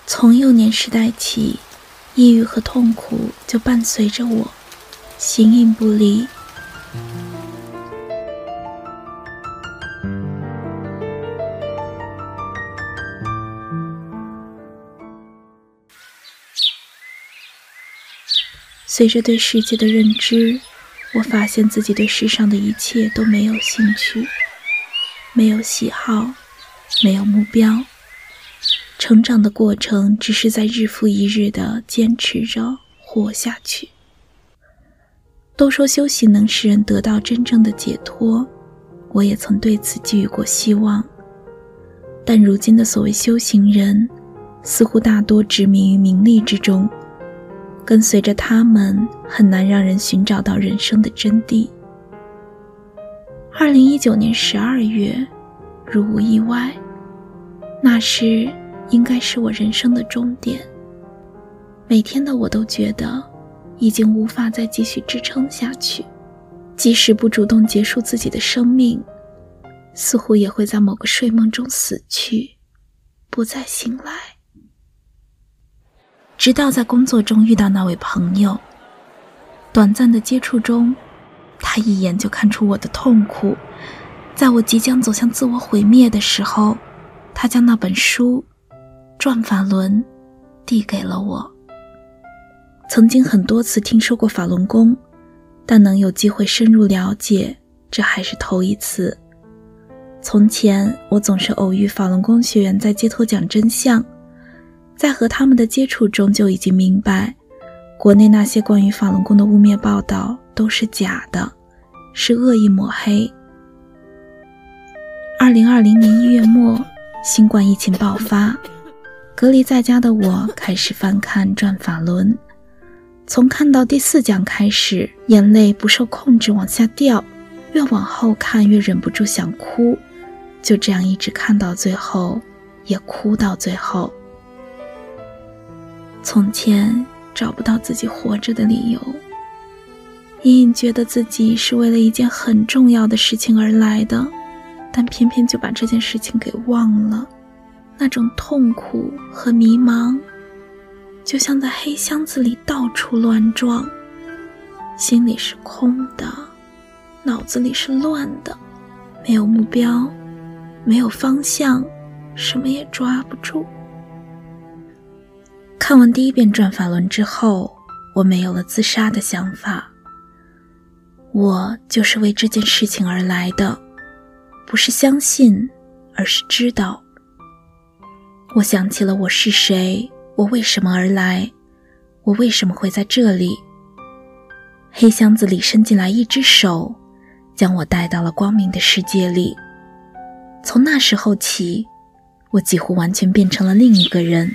从幼年时代起，抑郁和痛苦就伴随着我，形影不离。随着对世界的认知，我发现自己对世上的一切都没有兴趣，没有喜好，没有目标。成长的过程只是在日复一日地坚持着活下去。都说修行能使人得到真正的解脱，我也曾对此寄予过希望。但如今的所谓修行人，似乎大多执迷于名利之中，跟随着他们，很难让人寻找到人生的真谛。2019年12月，如无意外，那时应该是我人生的终点。每天的我都觉得已经无法再继续支撑下去，即使不主动结束自己的生命，似乎也会在某个睡梦中死去，不再醒来。直到在工作中遇到那位朋友，短暂的接触中，他一眼就看出我的痛苦。在我即将走向自我毁灭的时候，他将那本书《转法轮》递给了我。曾经很多次听说过法轮功，但能有机会深入了解，这还是头一次。从前我总是偶遇法轮功学员在街头讲真相，在和他们的接触中就已经明白，国内那些关于法轮功的污蔑报道都是假的，是恶意抹黑。2020年1月末，新冠疫情爆发，隔离在家的我开始翻看《转法轮》，从看到第4讲开始，眼泪不受控制往下掉，越往后看越忍不住想哭，就这样一直看到最后，也哭到最后。从前找不到自己活着的理由，隐隐觉得自己是为了一件很重要的事情而来的，但偏偏就把这件事情给忘了。那种痛苦和迷茫，就像在黑箱子里到处乱撞，心里是空的，脑子里是乱的，没有目标，没有方向，什么也抓不住。看完第1遍《转法轮》之后，我没有了自杀的想法。我就是为这件事情而来的，不是相信，而是知道。我想起了我是谁，我为什么而来，我为什么会在这里。黑箱子里伸进来一只手，将我带到了光明的世界里。从那时候起，我几乎完全变成了另一个人。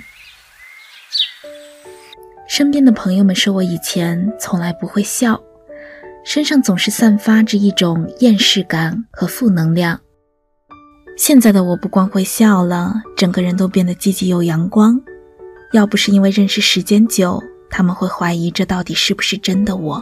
身边的朋友们说我以前从来不会笑，身上总是散发着一种厌世感和负能量。现在的我不光会笑了，整个人都变得积极又阳光。要不是因为认识时间久，他们会怀疑这到底是不是真的我。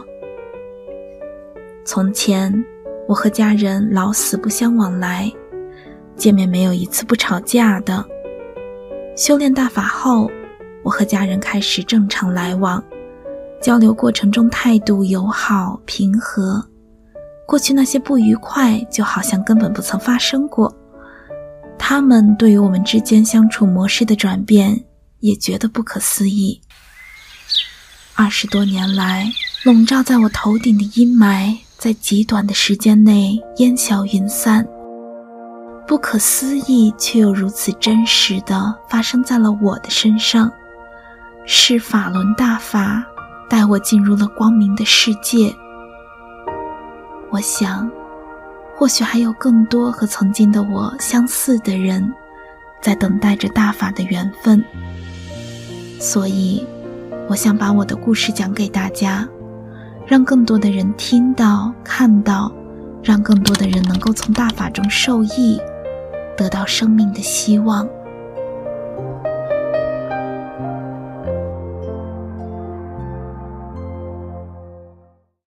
从前我和家人老死不相往来，见面没有一次不吵架的。修炼大法后，我和家人开始正常来往，交流过程中态度友好平和，过去那些不愉快就好像根本不曾发生过。他们对于我们之间相处模式的转变也觉得不可思议。20多年来，笼罩在我头顶的阴霾在极短的时间内烟消云散，不可思议却又如此真实地发生在了我的身上。是法轮大法带我进入了光明的世界。我想，或许还有更多和曾经的我相似的人，在等待着大法的缘分。所以，我想把我的故事讲给大家，让更多的人听到、看到，让更多的人能够从大法中受益，得到生命的希望。